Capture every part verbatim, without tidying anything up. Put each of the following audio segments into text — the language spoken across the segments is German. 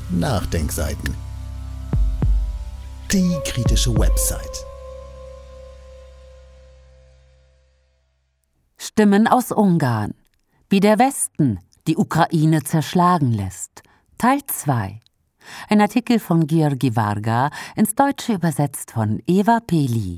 Nachdenkseiten. Die kritische Website. Stimmen aus Ungarn. Wie der Westen die Ukraine zerschlagen lässt. Teil zwei. Ein Artikel von György Varga, ins Deutsche übersetzt von Eva Peli.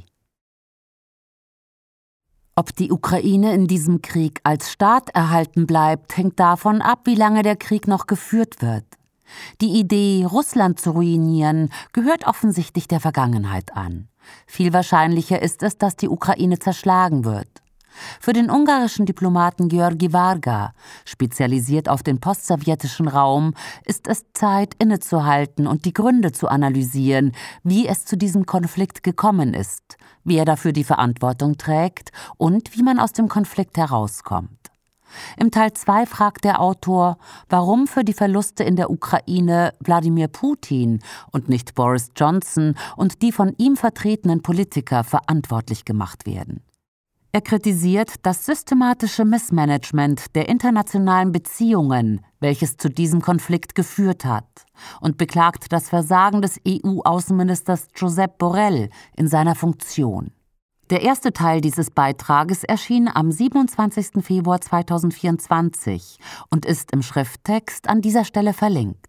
Ob die Ukraine in diesem Krieg als Staat erhalten bleibt, hängt davon ab, wie lange der Krieg noch geführt wird. Die Idee, Russland zu ruinieren, gehört offensichtlich der Vergangenheit an. Viel wahrscheinlicher ist es, dass die Ukraine zerschlagen wird. Für den ungarischen Diplomaten György Varga, spezialisiert auf den postsowjetischen Raum, ist es Zeit, innezuhalten und die Gründe zu analysieren, wie es zu diesem Konflikt gekommen ist, wer dafür die Verantwortung trägt und wie man aus dem Konflikt herauskommt. Im Teil zwei fragt der Autor, warum für die Verluste in der Ukraine Wladimir Putin und nicht Boris Johnson und die von ihm vertretenen Politiker verantwortlich gemacht werden. Er kritisiert das systematische Missmanagement der internationalen Beziehungen, welches zu diesem Konflikt geführt hat, und beklagt das Versagen des E U-Außenministers Josep Borrell in seiner Funktion. Der erste Teil dieses Beitrages erschien am siebenundzwanzigsten Februar zweitausendvierundzwanzig und ist im Schrifttext an dieser Stelle verlinkt.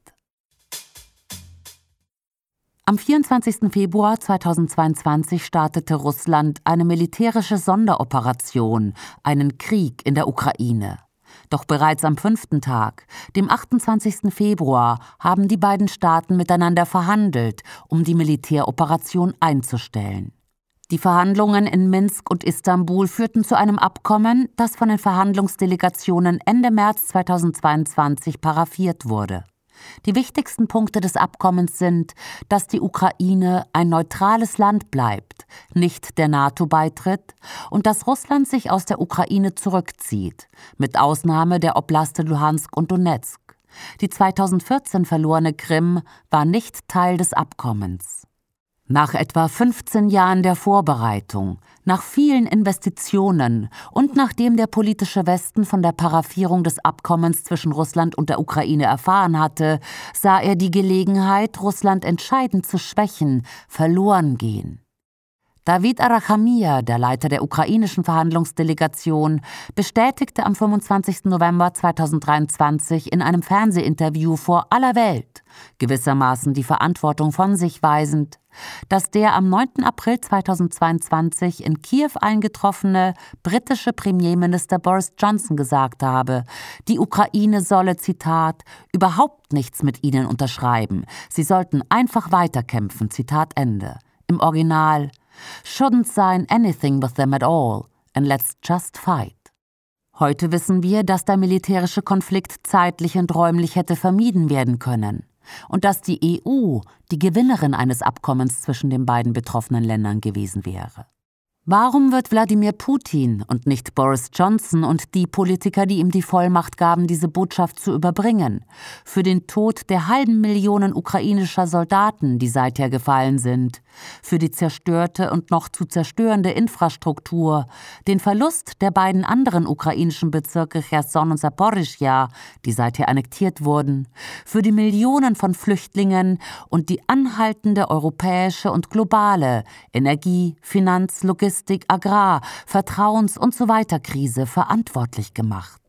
Am vierundzwanzigsten Februar zweitausendzweiundzwanzig startete Russland eine militärische Sonderoperation, einen Krieg in der Ukraine. Doch bereits am fünften Tag, dem achtundzwanzigsten Februar, haben die beiden Staaten miteinander verhandelt, um die Militäroperation einzustellen. Die Verhandlungen in Minsk und Istanbul führten zu einem Abkommen, das von den Verhandlungsdelegationen Ende März zweitausendzweiundzwanzig paraphiert wurde. Die wichtigsten Punkte des Abkommens sind, dass die Ukraine ein neutrales Land bleibt, nicht der NATO beitritt und dass Russland sich aus der Ukraine zurückzieht, mit Ausnahme der Oblaste Luhansk und Donezk. Die zweitausendvierzehn verlorene Krim war nicht Teil des Abkommens. Nach etwa fünfzehn Jahren der Vorbereitung, nach vielen Investitionen und nachdem der politische Westen von der Paraphierung des Abkommens zwischen Russland und der Ukraine erfahren hatte, sah er die Gelegenheit, Russland entscheidend zu schwächen, verloren gehen. David Arachamia, der Leiter der ukrainischen Verhandlungsdelegation, bestätigte am fünfundzwanzigsten November zweitausenddreiundzwanzig in einem Fernsehinterview vor aller Welt, gewissermaßen die Verantwortung von sich weisend, dass der am neunten April zweitausendzweiundzwanzig in Kiew eingetroffene britische Premierminister Boris Johnson gesagt habe, die Ukraine solle, Zitat, überhaupt nichts mit ihnen unterschreiben, sie sollten einfach weiterkämpfen, Zitat Ende. Im Original: Shouldn't sign anything with them at all and let's just fight. Heute wissen wir, dass der militärische Konflikt zeitlich und räumlich hätte vermieden werden können und dass die E U die Gewinnerin eines Abkommens zwischen den beiden betroffenen Ländern gewesen wäre. Warum wird Wladimir Putin und nicht Boris Johnson und die Politiker, die ihm die Vollmacht gaben, diese Botschaft zu überbringen, für den Tod der halben Million ukrainischer Soldaten, die seither gefallen sind, für die zerstörte und noch zu zerstörende Infrastruktur, den Verlust der beiden anderen ukrainischen Bezirke Cherson und Saporischschja, die seither annektiert wurden, für die Millionen von Flüchtlingen und die anhaltende europäische und globale Energie-, Finanz-, Logistik-, Agrar-, Vertrauens- und so weiter Krise verantwortlich gemacht.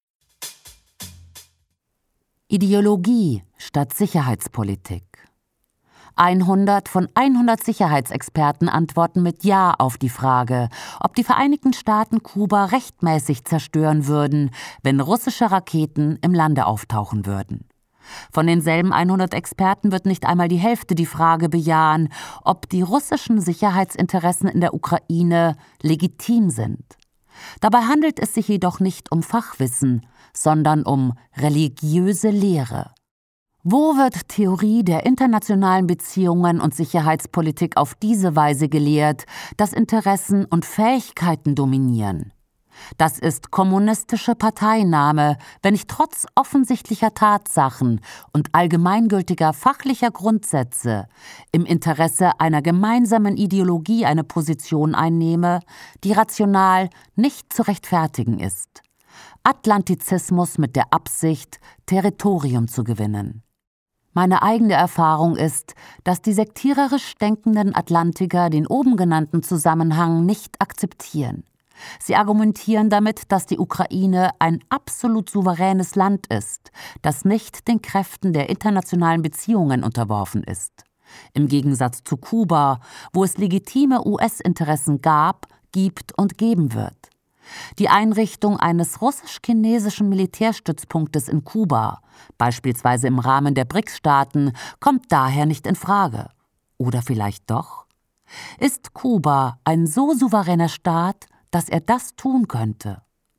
Ideologie statt Sicherheitspolitik. hundert von hundert Sicherheitsexperten antworten mit Ja auf die Frage, ob die Vereinigten Staaten Kuba rechtmäßig zerstören würden, wenn russische Raketen im Lande auftauchen würden. Von denselben hundert Experten wird nicht einmal die Hälfte die Frage bejahen, ob die russischen Sicherheitsinteressen in der Ukraine legitim sind. Dabei handelt es sich jedoch nicht um Fachwissen, sondern um religiöse Lehre. Wo wird Theorie der internationalen Beziehungen und Sicherheitspolitik auf diese Weise gelehrt, dass Interessen und Fähigkeiten dominieren? Das ist kommunistische Parteinahme, wenn ich trotz offensichtlicher Tatsachen und allgemeingültiger fachlicher Grundsätze im Interesse einer gemeinsamen Ideologie eine Position einnehme, die rational nicht zu rechtfertigen ist. Atlantizismus mit der Absicht, Territorium zu gewinnen. Meine eigene Erfahrung ist, dass die sektiererisch denkenden Atlantiker den oben genannten Zusammenhang nicht akzeptieren. Sie argumentieren damit, dass die Ukraine ein absolut souveränes Land ist, das nicht den Kräften der internationalen Beziehungen unterworfen ist. Im Gegensatz zu Kuba, wo es legitime U S-Interessen gab, gibt und geben wird. Die Einrichtung eines russisch-chinesischen Militärstützpunktes in Kuba, beispielsweise im Rahmen der B R I C S-Staaten, kommt daher nicht in Frage. Oder vielleicht doch? Ist Kuba ein so souveräner Staat, dass er das tun könnte?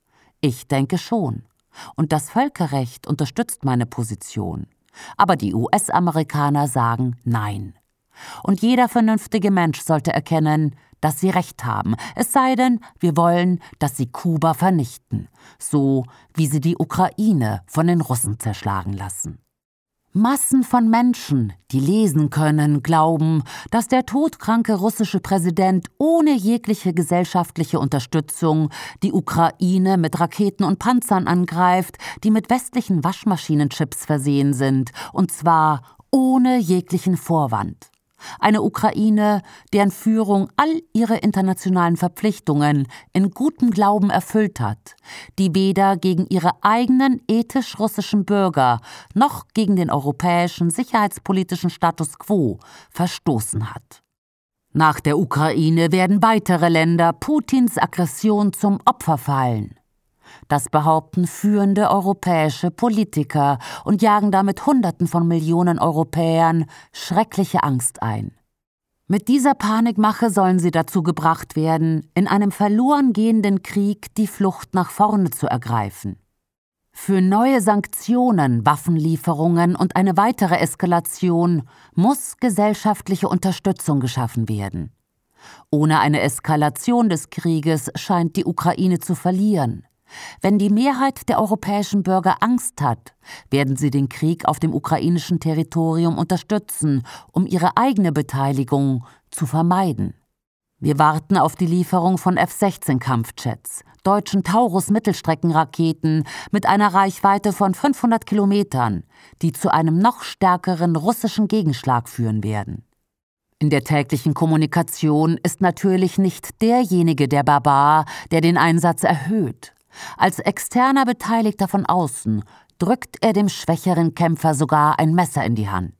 Ich denke schon. Und das Völkerrecht unterstützt meine Position. Aber die U S-Amerikaner sagen Nein. Und jeder vernünftige Mensch sollte erkennen, dass sie recht haben, es sei denn, wir wollen, dass sie Kuba vernichten, so wie sie die Ukraine von den Russen zerschlagen lassen. Massen von Menschen, die lesen können, glauben, dass der todkranke russische Präsident ohne jegliche gesellschaftliche Unterstützung die Ukraine mit Raketen und Panzern angreift, die mit westlichen Waschmaschinenchips versehen sind, und zwar ohne jeglichen Vorwand. Eine Ukraine, deren Führung all ihre internationalen Verpflichtungen in gutem Glauben erfüllt hat, die weder gegen ihre eigenen ethisch russischen Bürger noch gegen den europäischen sicherheitspolitischen Status quo verstoßen hat. Nach der Ukraine werden weitere Länder Putins Aggression zum Opfer fallen. Das behaupten führende europäische Politiker und jagen damit Hunderten von Millionen Europäern schreckliche Angst ein. Mit dieser Panikmache sollen sie dazu gebracht werden, in einem verloren gehenden Krieg die Flucht nach vorne zu ergreifen. Für neue Sanktionen, Waffenlieferungen und eine weitere Eskalation muss gesellschaftliche Unterstützung geschaffen werden. Ohne eine Eskalation des Krieges scheint die Ukraine zu verlieren. Wenn die Mehrheit der europäischen Bürger Angst hat, werden sie den Krieg auf dem ukrainischen Territorium unterstützen, um ihre eigene Beteiligung zu vermeiden. Wir warten auf die Lieferung von F sechzehn Kampfjets, deutschen Taurus-Mittelstreckenraketen mit einer Reichweite von fünfhundert Kilometern, die zu einem noch stärkeren russischen Gegenschlag führen werden. In der täglichen Kommunikation ist natürlich nicht derjenige der Barbar, der den Einsatz erhöht. Als externer Beteiligter von außen drückt er dem schwächeren Kämpfer sogar ein Messer in die Hand.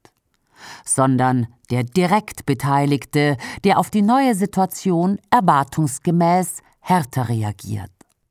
Sondern der direkt Beteiligte, der auf die neue Situation erwartungsgemäß härter reagiert.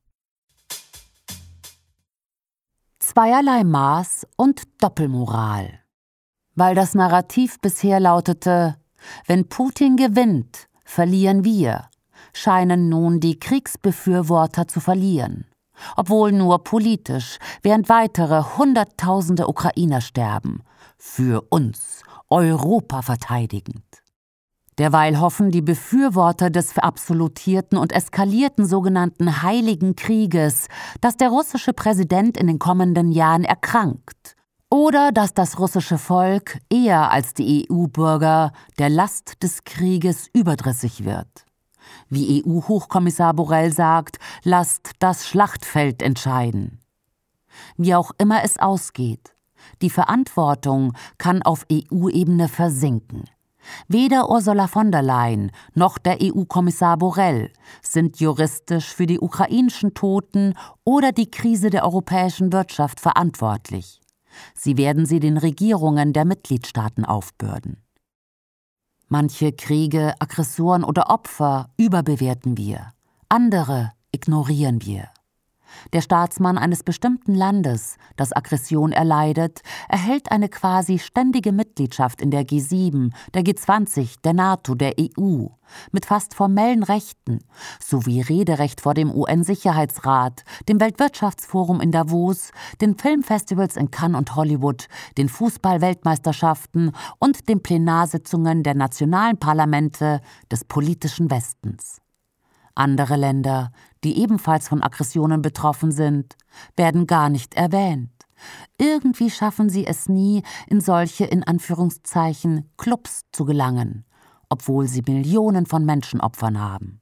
Zweierlei Maß und Doppelmoral. Weil das Narrativ bisher lautete, wenn Putin gewinnt, verlieren wir, scheinen nun die Kriegsbefürworter zu verlieren. Obwohl nur politisch, während weitere Hunderttausende Ukrainer sterben, für uns, Europa verteidigend. Derweil hoffen die Befürworter des verabsolutierten und eskalierten sogenannten Heiligen Krieges, dass der russische Präsident in den kommenden Jahren erkrankt oder dass das russische Volk eher als die E U-Bürger der Last des Krieges überdrüssig wird. Wie E U-Hochkommissar Borrell sagt, lasst das Schlachtfeld entscheiden. Wie auch immer es ausgeht, die Verantwortung kann auf E U-Ebene versinken. Weder Ursula von der Leyen noch der E U-Kommissar Borrell sind juristisch für die ukrainischen Toten oder die Krise der europäischen Wirtschaft verantwortlich. Sie werden sie den Regierungen der Mitgliedstaaten aufbürden. Manche Kriege, Aggressoren oder Opfer überbewerten wir, andere ignorieren wir. Der Staatsmann eines bestimmten Landes, das Aggression erleidet, erhält eine quasi ständige Mitgliedschaft in der G sieben, der G zwanzig, der NATO, der E U, mit fast formellen Rechten, sowie Rederecht vor dem U N-Sicherheitsrat, dem Weltwirtschaftsforum in Davos, den Filmfestivals in Cannes und Hollywood, den Fußball-Weltmeisterschaften und den Plenarsitzungen der nationalen Parlamente des politischen Westens. Andere Länder, die ebenfalls von Aggressionen betroffen sind, werden gar nicht erwähnt. Irgendwie schaffen sie es nie, in solche in Anführungszeichen Clubs zu gelangen, obwohl sie Millionen von Menschenopfern haben.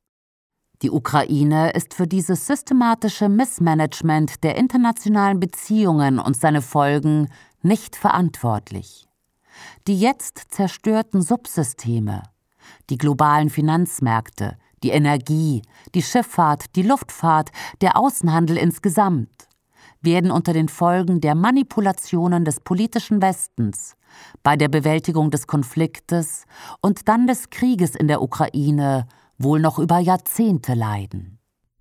Die Ukraine ist für dieses systematische Missmanagement der internationalen Beziehungen und seine Folgen nicht verantwortlich. Die jetzt zerstörten Subsysteme, die globalen Finanzmärkte, die Energie, die Schifffahrt, die Luftfahrt, der Außenhandel insgesamt, werden unter den Folgen der Manipulationen des politischen Westens bei der Bewältigung des Konfliktes und dann des Krieges in der Ukraine wohl noch über Jahrzehnte leiden.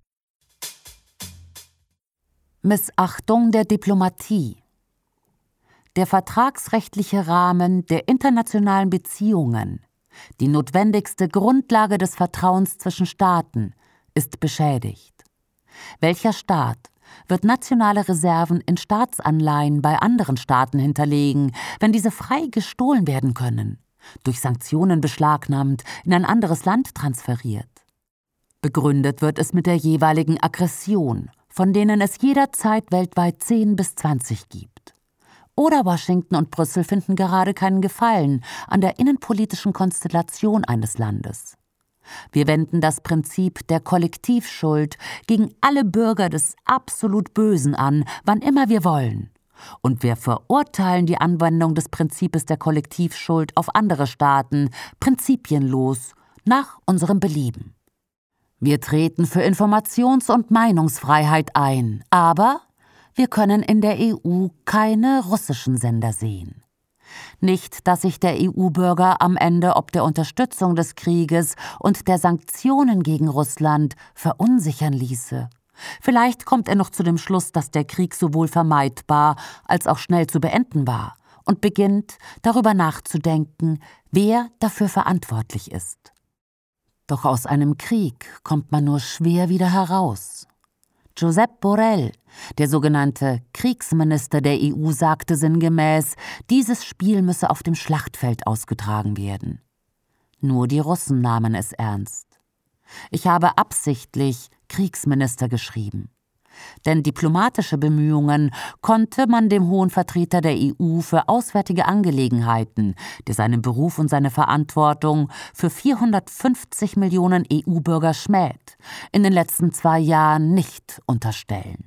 Missachtung der Diplomatie. Der vertragsrechtliche Rahmen der internationalen Beziehungen, die notwendigste Grundlage des Vertrauens zwischen Staaten, ist beschädigt. Welcher Staat wird nationale Reserven in Staatsanleihen bei anderen Staaten hinterlegen, wenn diese frei gestohlen werden können, durch Sanktionen beschlagnahmt, in ein anderes Land transferiert? Begründet wird es mit der jeweiligen Aggression, von denen es jederzeit weltweit zehn bis zwanzig gibt. Oder Washington und Brüssel finden gerade keinen Gefallen an der innenpolitischen Konstellation eines Landes. Wir wenden das Prinzip der Kollektivschuld gegen alle Bürger des absolut Bösen an, wann immer wir wollen. Und wir verurteilen die Anwendung des Prinzips der Kollektivschuld auf andere Staaten, prinzipienlos, nach unserem Belieben. Wir treten für Informations- und Meinungsfreiheit ein, aber wir können in der E U keine russischen Sender sehen. Nicht, dass sich der E U-Bürger am Ende ob der Unterstützung des Krieges und der Sanktionen gegen Russland verunsichern ließe. Vielleicht kommt er noch zu dem Schluss, dass der Krieg sowohl vermeidbar als auch schnell zu beenden war und beginnt, darüber nachzudenken, wer dafür verantwortlich ist. Doch aus einem Krieg kommt man nur schwer wieder heraus. Josep Borrell, der sogenannte Kriegsminister der E U, sagte sinngemäß, dieses Spiel müsse auf dem Schlachtfeld ausgetragen werden. Nur die Russen nahmen es ernst. Ich habe absichtlich Kriegsminister geschrieben. Denn diplomatische Bemühungen konnte man dem hohen Vertreter der E U für Auswärtige Angelegenheiten, der seinen Beruf und seine Verantwortung für vierhundertfünfzig Millionen E U-Bürger schmäht, in den letzten zwei Jahren nicht unterstellen.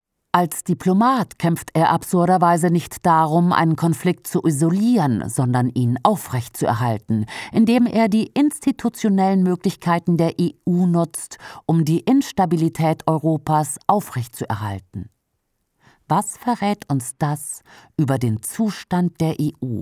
Als Diplomat kämpft er absurderweise nicht darum, einen Konflikt zu isolieren, sondern ihn aufrechtzuerhalten, indem er die institutionellen Möglichkeiten der E U nutzt, um die Instabilität Europas aufrechtzuerhalten. Was verrät uns das über den Zustand der E U?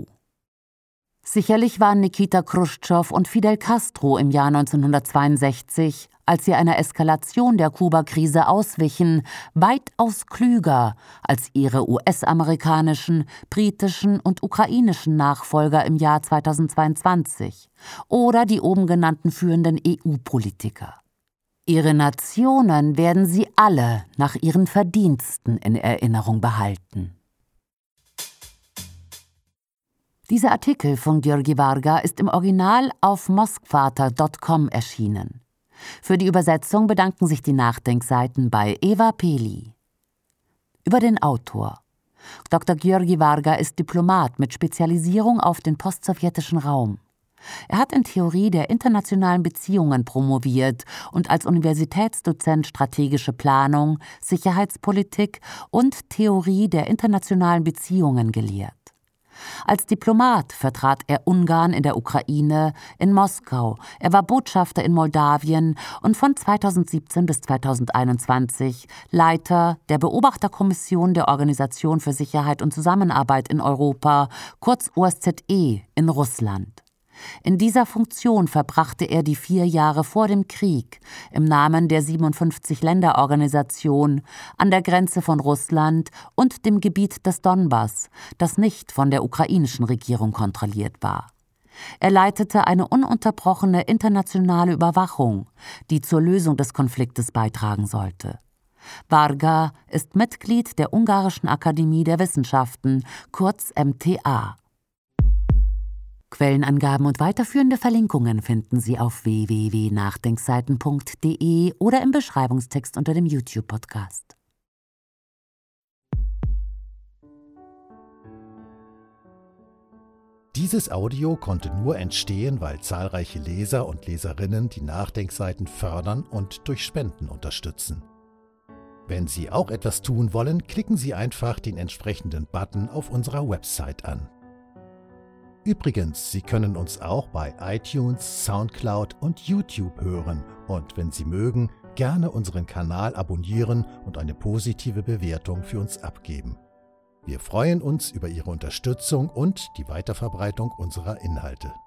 Sicherlich waren Nikita Chruschtschow und Fidel Castro im Jahr neunzehnhundertzweiundsechzig, als sie einer Eskalation der Kuba-Krise auswichen, weitaus klüger als ihre U S-amerikanischen, britischen und ukrainischen Nachfolger im Jahr zweitausendzweiundzwanzig oder die oben genannten führenden E U-Politiker. Ihre Nationen werden sie alle nach ihren Verdiensten in Erinnerung behalten. Dieser Artikel von György Varga ist im Original auf moskvater Punkt com erschienen. Für die Übersetzung bedanken sich die Nachdenkseiten bei Eva Peli. Über den Autor. Doktor György Varga ist Diplomat mit Spezialisierung auf den postsowjetischen Raum. Er hat in Theorie der internationalen Beziehungen promoviert und als Universitätsdozent strategische Planung, Sicherheitspolitik und Theorie der internationalen Beziehungen gelehrt. Als Diplomat vertrat er Ungarn in der Ukraine, in Moskau, er war Botschafter in Moldawien und von zweitausendsiebzehn bis zweitausendeinundzwanzig Leiter der Beobachterkommission der Organisation für Sicherheit und Zusammenarbeit in Europa, kurz O S Z E, in Russland. In dieser Funktion verbrachte er die vier Jahre vor dem Krieg im Namen der siebenundfünfzig-Länder-Organisation an der Grenze von Russland und dem Gebiet des Donbass, das nicht von der ukrainischen Regierung kontrolliert war. Er leitete eine ununterbrochene internationale Überwachung, die zur Lösung des Konfliktes beitragen sollte. Varga ist Mitglied der Ungarischen Akademie der Wissenschaften, kurz M T A. Quellenangaben und weiterführende Verlinkungen finden Sie auf w w w punkt nachdenkseiten punkt d e oder im Beschreibungstext unter dem YouTube-Podcast. Dieses Audio konnte nur entstehen, weil zahlreiche Leser und Leserinnen die Nachdenkseiten fördern und durch Spenden unterstützen. Wenn Sie auch etwas tun wollen, klicken Sie einfach den entsprechenden Button auf unserer Website an. Übrigens, Sie können uns auch bei iTunes, Soundcloud und YouTube hören und wenn Sie mögen, gerne unseren Kanal abonnieren und eine positive Bewertung für uns abgeben. Wir freuen uns über Ihre Unterstützung und die Weiterverbreitung unserer Inhalte.